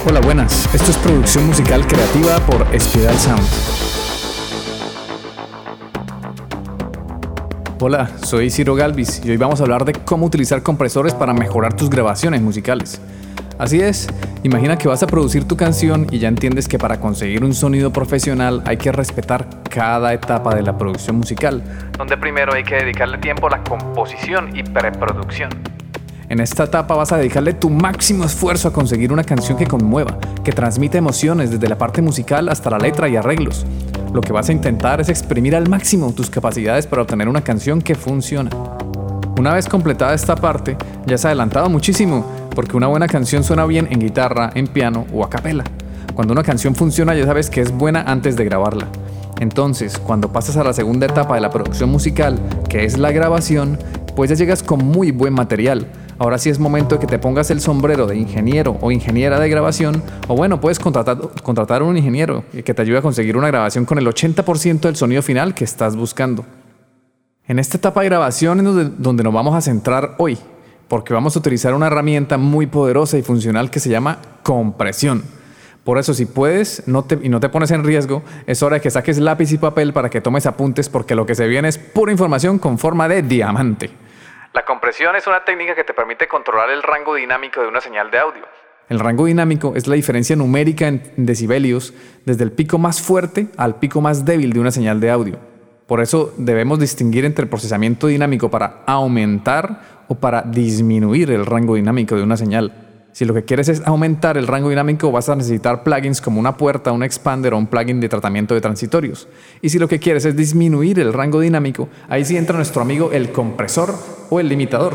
Hola, buenas. Esto es producción musical creativa por Espiral Sound. Hola, soy Ciro Galvis y hoy vamos a hablar de cómo utilizar compresores para mejorar tus grabaciones musicales. Así es, imagina que vas a producir tu canción y ya entiendes que para conseguir un sonido profesional hay que respetar cada etapa de la producción musical, donde primero hay que dedicarle tiempo a la composición y preproducción. En esta etapa vas a dedicarle tu máximo esfuerzo a conseguir una canción que conmueva, que transmita emociones desde la parte musical hasta la letra y arreglos. Lo que vas a intentar es exprimir al máximo tus capacidades para obtener una canción que funciona. Una vez completada esta parte, ya has adelantado muchísimo, porque una buena canción suena bien en guitarra, en piano o a capela. Cuando una canción funciona ya sabes que es buena antes de grabarla. Entonces, cuando pasas a la segunda etapa de la producción musical, que es la grabación, pues ya llegas con muy buen material. Ahora sí es momento de que te pongas el sombrero de ingeniero o ingeniera de grabación, o bueno, puedes contratar a un ingeniero que te ayude a conseguir una grabación con el 80% del sonido final que estás buscando. En esta etapa de grabación es donde nos vamos a centrar hoy, porque vamos a utilizar una herramienta muy poderosa y funcional que se llama compresión. Por eso, si puedes y no te pones en riesgo, es hora de que saques lápiz y papel para que tomes apuntes, porque lo que se viene es pura información con forma de diamante. La compresión es una técnica que te permite controlar el rango dinámico de una señal de audio. El rango dinámico es la diferencia numérica en decibelios desde el pico más fuerte al pico más débil de una señal de audio. Por eso debemos distinguir entre el procesamiento dinámico para aumentar o para disminuir el rango dinámico de una señal. Si lo que quieres es aumentar el rango dinámico, vas a necesitar plugins como una puerta, un expander o un plugin de tratamiento de transitorios. Y si lo que quieres es disminuir el rango dinámico, ahí sí entra nuestro amigo el compresor o el limitador.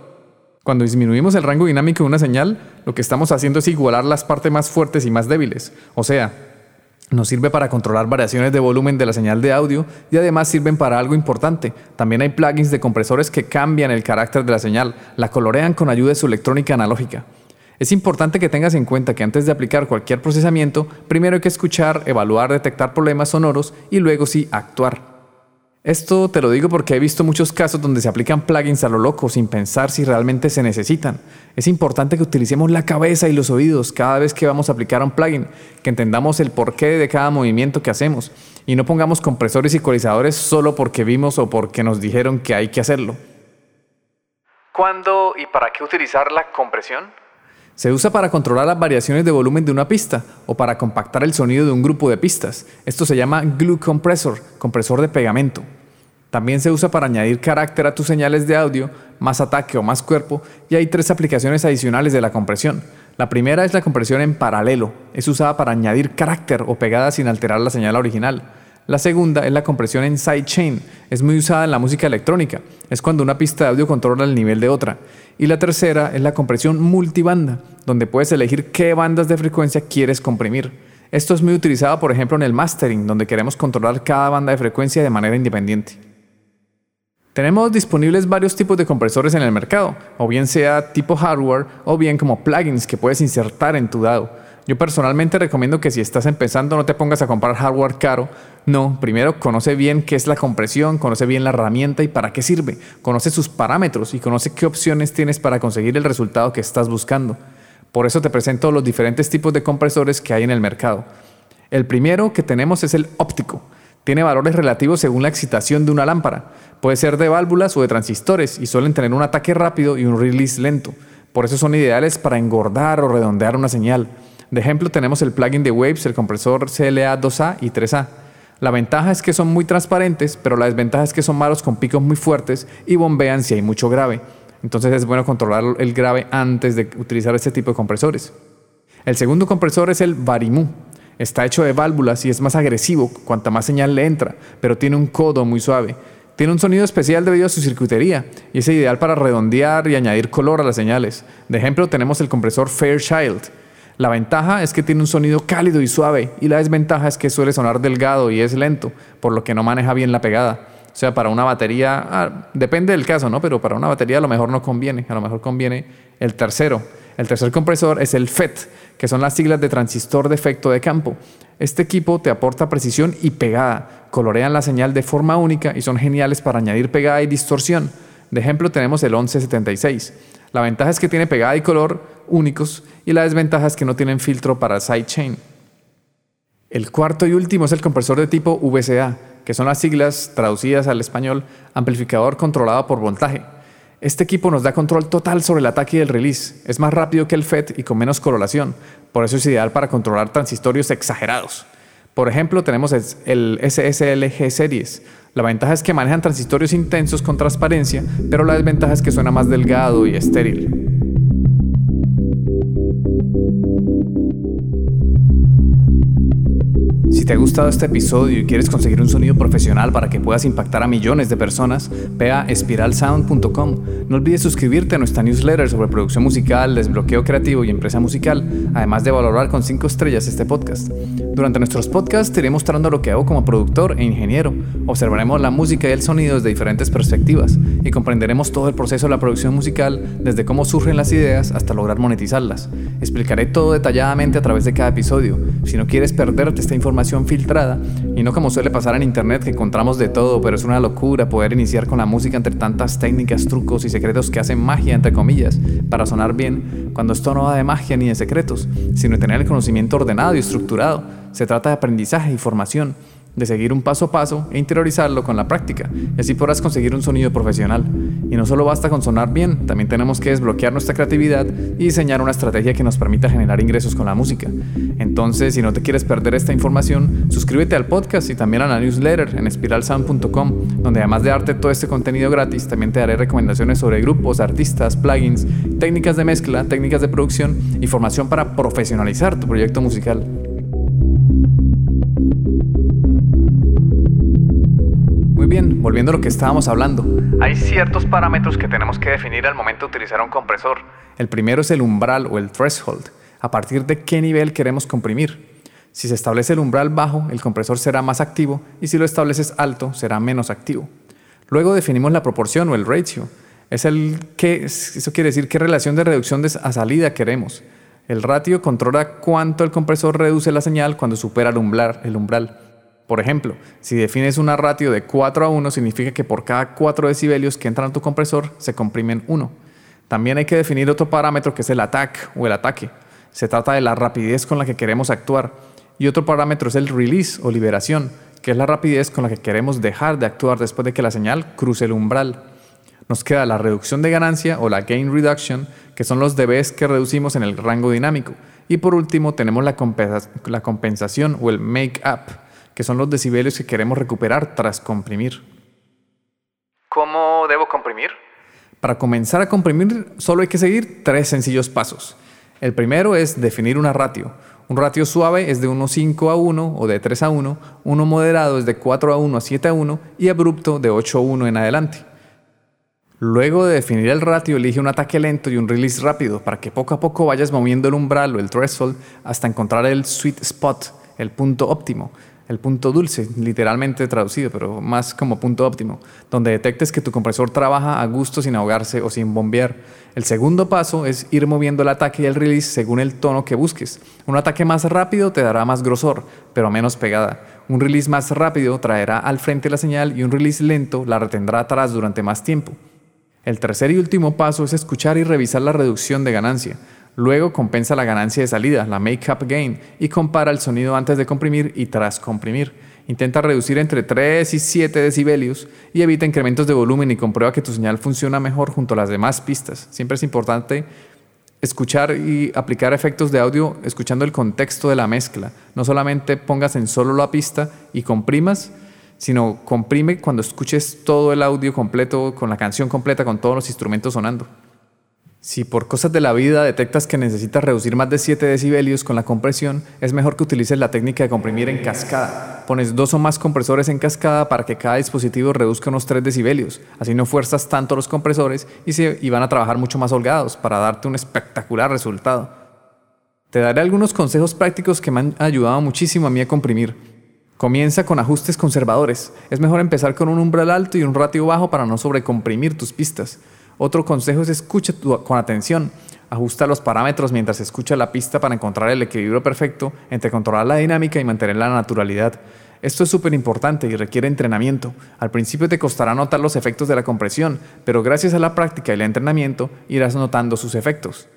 Cuando disminuimos el rango dinámico de una señal, lo que estamos haciendo es igualar las partes más fuertes y más débiles. O sea, nos sirve para controlar variaciones de volumen de la señal de audio y además sirven para algo importante. También hay plugins de compresores que cambian el carácter de la señal, la colorean con ayuda de su electrónica analógica. Es importante que tengas en cuenta que antes de aplicar cualquier procesamiento, primero hay que escuchar, evaluar, detectar problemas sonoros y luego sí actuar. Esto te lo digo porque he visto muchos casos donde se aplican plugins a lo loco sin pensar si realmente se necesitan. Es importante que utilicemos la cabeza y los oídos cada vez que vamos a aplicar un plugin, que entendamos el porqué de cada movimiento que hacemos y no pongamos compresores y ecualizadores solo porque vimos o porque nos dijeron que hay que hacerlo. ¿Cuándo y para qué utilizar la compresión? Se usa para controlar las variaciones de volumen de una pista o para compactar el sonido de un grupo de pistas. Esto se llama glue compressor, compresor de pegamento. También se usa para añadir carácter a tus señales de audio, más ataque o más cuerpo, y hay 3 aplicaciones adicionales de la compresión. La primera es la compresión en paralelo. Es usada para añadir carácter o pegada sin alterar la señal original. La segunda es la compresión en sidechain. Es muy usada en la música electrónica. Es cuando una pista de audio controla el nivel de otra. Y la tercera es la compresión multibanda, donde puedes elegir qué bandas de frecuencia quieres comprimir. Esto es muy utilizado, por ejemplo, en el mastering, donde queremos controlar cada banda de frecuencia de manera independiente. Tenemos disponibles varios tipos de compresores en el mercado, o bien sea tipo hardware, o bien como plugins que puedes insertar en tu DAW. Yo personalmente recomiendo que si estás empezando no te pongas a comprar hardware caro. No, primero conoce bien qué es la compresión, conoce bien la herramienta y para qué sirve. Conoce sus parámetros y conoce qué opciones tienes para conseguir el resultado que estás buscando. Por eso te presento los diferentes tipos de compresores que hay en el mercado. El primero que tenemos es el óptico. Tiene valores relativos según la excitación de una lámpara. Puede ser de válvulas o de transistores y suelen tener un ataque rápido y un release lento. Por eso son ideales para engordar o redondear una señal. De ejemplo, tenemos el plugin de Waves, el compresor CLA 2A y 3A. La ventaja es que son muy transparentes, pero la desventaja es que son malos con picos muy fuertes y bombean si hay mucho grave. Entonces es bueno controlar el grave antes de utilizar este tipo de compresores. El segundo compresor es el Varimu. Está hecho de válvulas y es más agresivo cuanta más señal le entra, pero tiene un codo muy suave. Tiene un sonido especial debido a su circuitería y es ideal para redondear y añadir color a las señales. De ejemplo, tenemos el compresor Fairchild. La ventaja es que tiene un sonido cálido y suave y la desventaja es que suele sonar delgado y es lento, por lo que no maneja bien la pegada. O sea, para una batería, depende del caso, ¿no? Pero para una batería a lo mejor no conviene, a lo mejor conviene el tercero. El tercer compresor es el FET, que son las siglas de transistor de efecto de campo. Este equipo te aporta precisión y pegada, colorean la señal de forma única y son geniales para añadir pegada y distorsión. De ejemplo tenemos el 1176. La ventaja es que tiene pegada y color, únicos, y la desventaja es que no tienen filtro para sidechain. El cuarto y último es el compresor de tipo VCA, que son las siglas traducidas al español amplificador controlado por voltaje. Este equipo nos da control total sobre el ataque y el release. Es más rápido que el FET y con menos correlación, por eso es ideal para controlar transistorios exagerados. Por ejemplo, tenemos el SSL-G Series. La ventaja es que manejan transistorios intensos con transparencia, pero la desventaja es que suena más delgado y estéril. Si te ha gustado este episodio y quieres conseguir un sonido profesional para que puedas impactar a millones de personas, ve a espiralsound.com. No olvides suscribirte a nuestra newsletter sobre producción musical, desbloqueo creativo y empresa musical, además de valorar con 5 estrellas este podcast. Durante nuestros podcasts te iré mostrando lo que hago como productor e ingeniero. Observaremos la música y el sonido desde diferentes perspectivas y comprenderemos todo el proceso de la producción musical, desde cómo surgen las ideas hasta lograr monetizarlas. Explicaré todo detalladamente a través de cada episodio. Si no quieres perderte esta información filtrada, y no como suele pasar en internet que encontramos de todo, pero es una locura poder iniciar con la música entre tantas técnicas, trucos y secretos que hacen magia entre comillas para sonar bien, cuando esto no va de magia ni de secretos, sino de tener el conocimiento ordenado y estructurado. Se trata de aprendizaje y formación, de seguir un paso a paso e interiorizarlo con la práctica, y así podrás conseguir un sonido profesional. Y no solo basta con sonar bien, también tenemos que desbloquear nuestra creatividad y diseñar una estrategia que nos permita generar ingresos con la música. Entonces, si no te quieres perder esta información, suscríbete al podcast y también a la newsletter en espiralsound.com, donde además de darte todo este contenido gratis, también te daré recomendaciones sobre grupos, artistas, plugins, técnicas de mezcla, técnicas de producción y formación para profesionalizar tu proyecto musical. Muy bien, volviendo a lo que estábamos hablando. Hay ciertos parámetros que tenemos que definir al momento de utilizar un compresor. El primero es el umbral o el threshold, a partir de qué nivel queremos comprimir. Si se establece el umbral bajo, el compresor será más activo, y si lo estableces alto, será menos activo. Luego definimos la proporción o el ratio. Eso quiere decir qué relación de reducción a salida queremos. El ratio controla cuánto el compresor reduce la señal cuando supera el umbral. Por ejemplo, si defines una ratio de 4:1, significa que por cada 4 decibelios que entran a tu compresor, se comprimen 1. También hay que definir otro parámetro que es el attack o el ataque. Se trata de la rapidez con la que queremos actuar. Y otro parámetro es el release o liberación, que es la rapidez con la que queremos dejar de actuar después de que la señal cruce el umbral. Nos queda la reducción de ganancia o la gain reduction, que son los dBs que reducimos en el rango dinámico. Y por último tenemos la compensación o el make-up, que son los decibelios que queremos recuperar tras comprimir. ¿Cómo debo comprimir? Para comenzar a comprimir solo hay que seguir 3 sencillos pasos. El primero es definir una ratio. Un ratio suave es de 1:5:1 o de 3:1, uno moderado es de 4:1 a 7:1 y abrupto de 8:1 en adelante. Luego de definir el ratio, elige un ataque lento y un release rápido para que poco a poco vayas moviendo el umbral o el threshold hasta encontrar el sweet spot, el punto óptimo. El punto dulce, literalmente traducido, pero más como punto óptimo, donde detectes que tu compresor trabaja a gusto sin ahogarse o sin bombear. El segundo paso es ir moviendo el ataque y el release según el tono que busques. Un ataque más rápido te dará más grosor, pero menos pegada. Un release más rápido traerá al frente la señal y un release lento la retendrá atrás durante más tiempo. El tercer y último paso es escuchar y revisar la reducción de ganancia. Luego compensa la ganancia de salida, la make-up gain, y compara el sonido antes de comprimir y tras comprimir. Intenta reducir entre 3 y 7 decibelios y evita incrementos de volumen y comprueba que tu señal funciona mejor junto a las demás pistas. Siempre es importante escuchar y aplicar efectos de audio escuchando el contexto de la mezcla. No solamente pongas en solo la pista y comprimas, sino comprime cuando escuches todo el audio completo, con la canción completa, con todos los instrumentos sonando. Si por cosas de la vida detectas que necesitas reducir más de 7 decibelios con la compresión, es mejor que utilices la técnica de comprimir en cascada. Pones 2 o más compresores en cascada para que cada dispositivo reduzca unos 3 decibelios. Así no fuerzas tanto los compresores y van a trabajar mucho más holgados para darte un espectacular resultado. Te daré algunos consejos prácticos que me han ayudado muchísimo a mí a comprimir. Comienza con ajustes conservadores. Es mejor empezar con un umbral alto y un ratio bajo para no sobrecomprimir tus pistas. Otro consejo es escucha con atención. Ajusta los parámetros mientras escucha la pista para encontrar el equilibrio perfecto entre controlar la dinámica y mantener la naturalidad. Esto es súper importante y requiere entrenamiento. Al principio te costará notar los efectos de la compresión, pero gracias a la práctica y el entrenamiento irás notando sus efectos.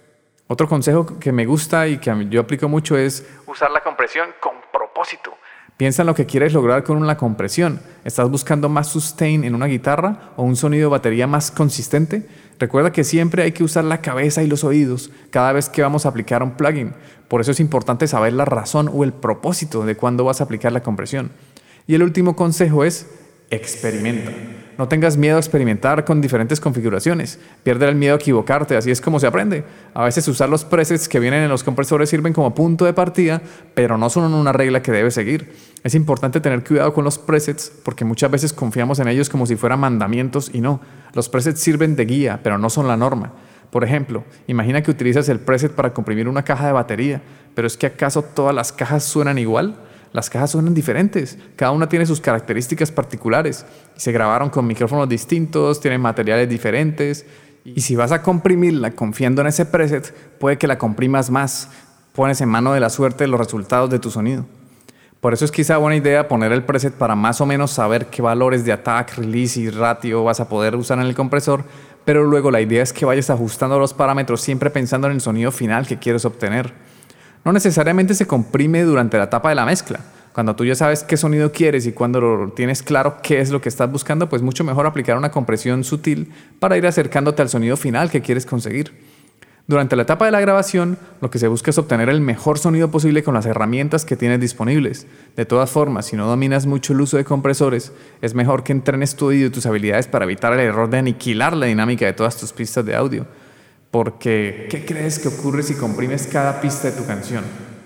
Otro consejo que me gusta y que yo aplico mucho es usar la compresión con propósito. Piensa en lo que quieres lograr con la compresión. ¿Estás buscando más sustain en una guitarra o un sonido de batería más consistente? Recuerda que siempre hay que usar la cabeza y los oídos cada vez que vamos a aplicar un plugin. Por eso es importante saber la razón o el propósito de cuándo vas a aplicar la compresión. Y el último consejo es experimenta. No tengas miedo a experimentar con diferentes configuraciones. Pierde el miedo a equivocarte, así es como se aprende. A veces usar los presets que vienen en los compresores sirven como punto de partida, pero no son una regla que debes seguir. Es importante tener cuidado con los presets porque muchas veces confiamos en ellos como si fueran mandamientos y no. Los presets sirven de guía, pero no son la norma. Por ejemplo, imagina que utilizas el preset para comprimir una caja de batería, pero ¿es que acaso todas las cajas suenan igual? Las cajas suenan diferentes, cada una tiene sus características particulares y se grabaron con micrófonos distintos, tienen materiales diferentes y si vas a comprimirla confiando en ese preset, puede que la comprimas más, pones en mano de la suerte los resultados de tu sonido. Por eso es quizá buena idea poner el preset para más o menos saber qué valores de attack, release y ratio vas a poder usar en el compresor, pero luego la idea es que vayas ajustando los parámetros siempre pensando en el sonido final que quieres obtener. No necesariamente se comprime durante la etapa de la mezcla. Cuando tú ya sabes qué sonido quieres y cuando tienes claro qué es lo que estás buscando, pues mucho mejor aplicar una compresión sutil para ir acercándote al sonido final que quieres conseguir. Durante la etapa de la grabación, lo que se busca es obtener el mejor sonido posible con las herramientas que tienes disponibles. De todas formas, si no dominas mucho el uso de compresores, es mejor que entrenes tu oído y tus habilidades para evitar el error de aniquilar la dinámica de todas tus pistas de audio. Porque, ¿qué crees que ocurre si comprimes cada pista de tu canción?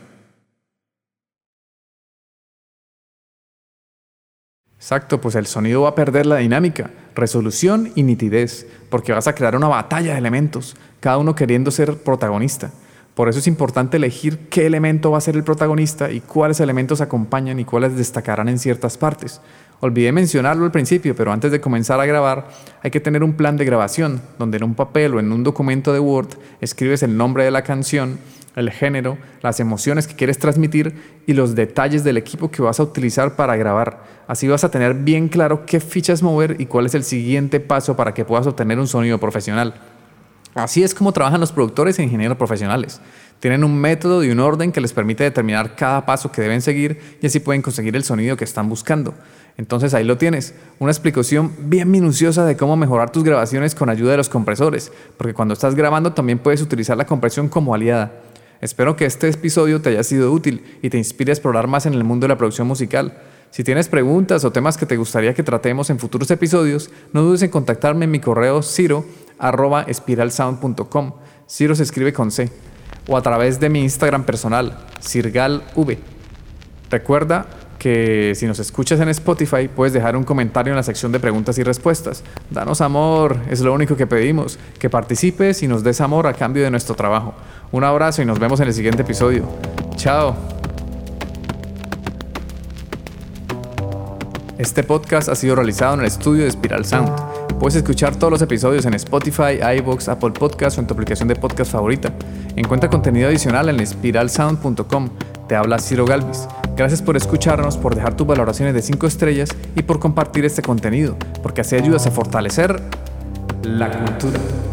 Exacto, pues el sonido va a perder la dinámica, resolución y nitidez, porque vas a crear una batalla de elementos, cada uno queriendo ser protagonista. Por eso es importante elegir qué elemento va a ser el protagonista y cuáles elementos acompañan y cuáles destacarán en ciertas partes. Olvidé mencionarlo al principio, pero antes de comenzar a grabar hay que tener un plan de grabación, donde en un papel o en un documento de Word escribes el nombre de la canción, el género, las emociones que quieres transmitir y los detalles del equipo que vas a utilizar para grabar. Así vas a tener bien claro qué fichas mover y cuál es el siguiente paso para que puedas obtener un sonido profesional. Así es como trabajan los productores e ingenieros profesionales. Tienen un método y un orden que les permite determinar cada paso que deben seguir y así pueden conseguir el sonido que están buscando. Entonces ahí lo tienes, una explicación bien minuciosa de cómo mejorar tus grabaciones con ayuda de los compresores, porque cuando estás grabando también puedes utilizar la compresión como aliada. Espero que este episodio te haya sido útil y te inspire a explorar más en el mundo de la producción musical. Si tienes preguntas o temas que te gustaría que tratemos en futuros episodios, no dudes en contactarme en mi correo ciro@espiralsound.com. Ciro se escribe con C. O a través de mi Instagram personal, cirgalv. Recuerda que si nos escuchas en Spotify puedes dejar un comentario en la sección de preguntas y respuestas. Danos amor, es lo único que pedimos, que participes y nos des amor a cambio de nuestro trabajo. Un abrazo y nos vemos en el siguiente episodio. Chao. Este podcast ha sido realizado en el estudio de Spiral Sound. Puedes escuchar todos los episodios en Spotify, iVoox, Apple Podcasts o en tu aplicación de podcast favorita. Encuentra contenido adicional en espiralsound.com. Te habla Ciro Galvis. Gracias por escucharnos, por dejar tus valoraciones de 5 estrellas y por compartir este contenido, porque así ayudas a fortalecer la cultura.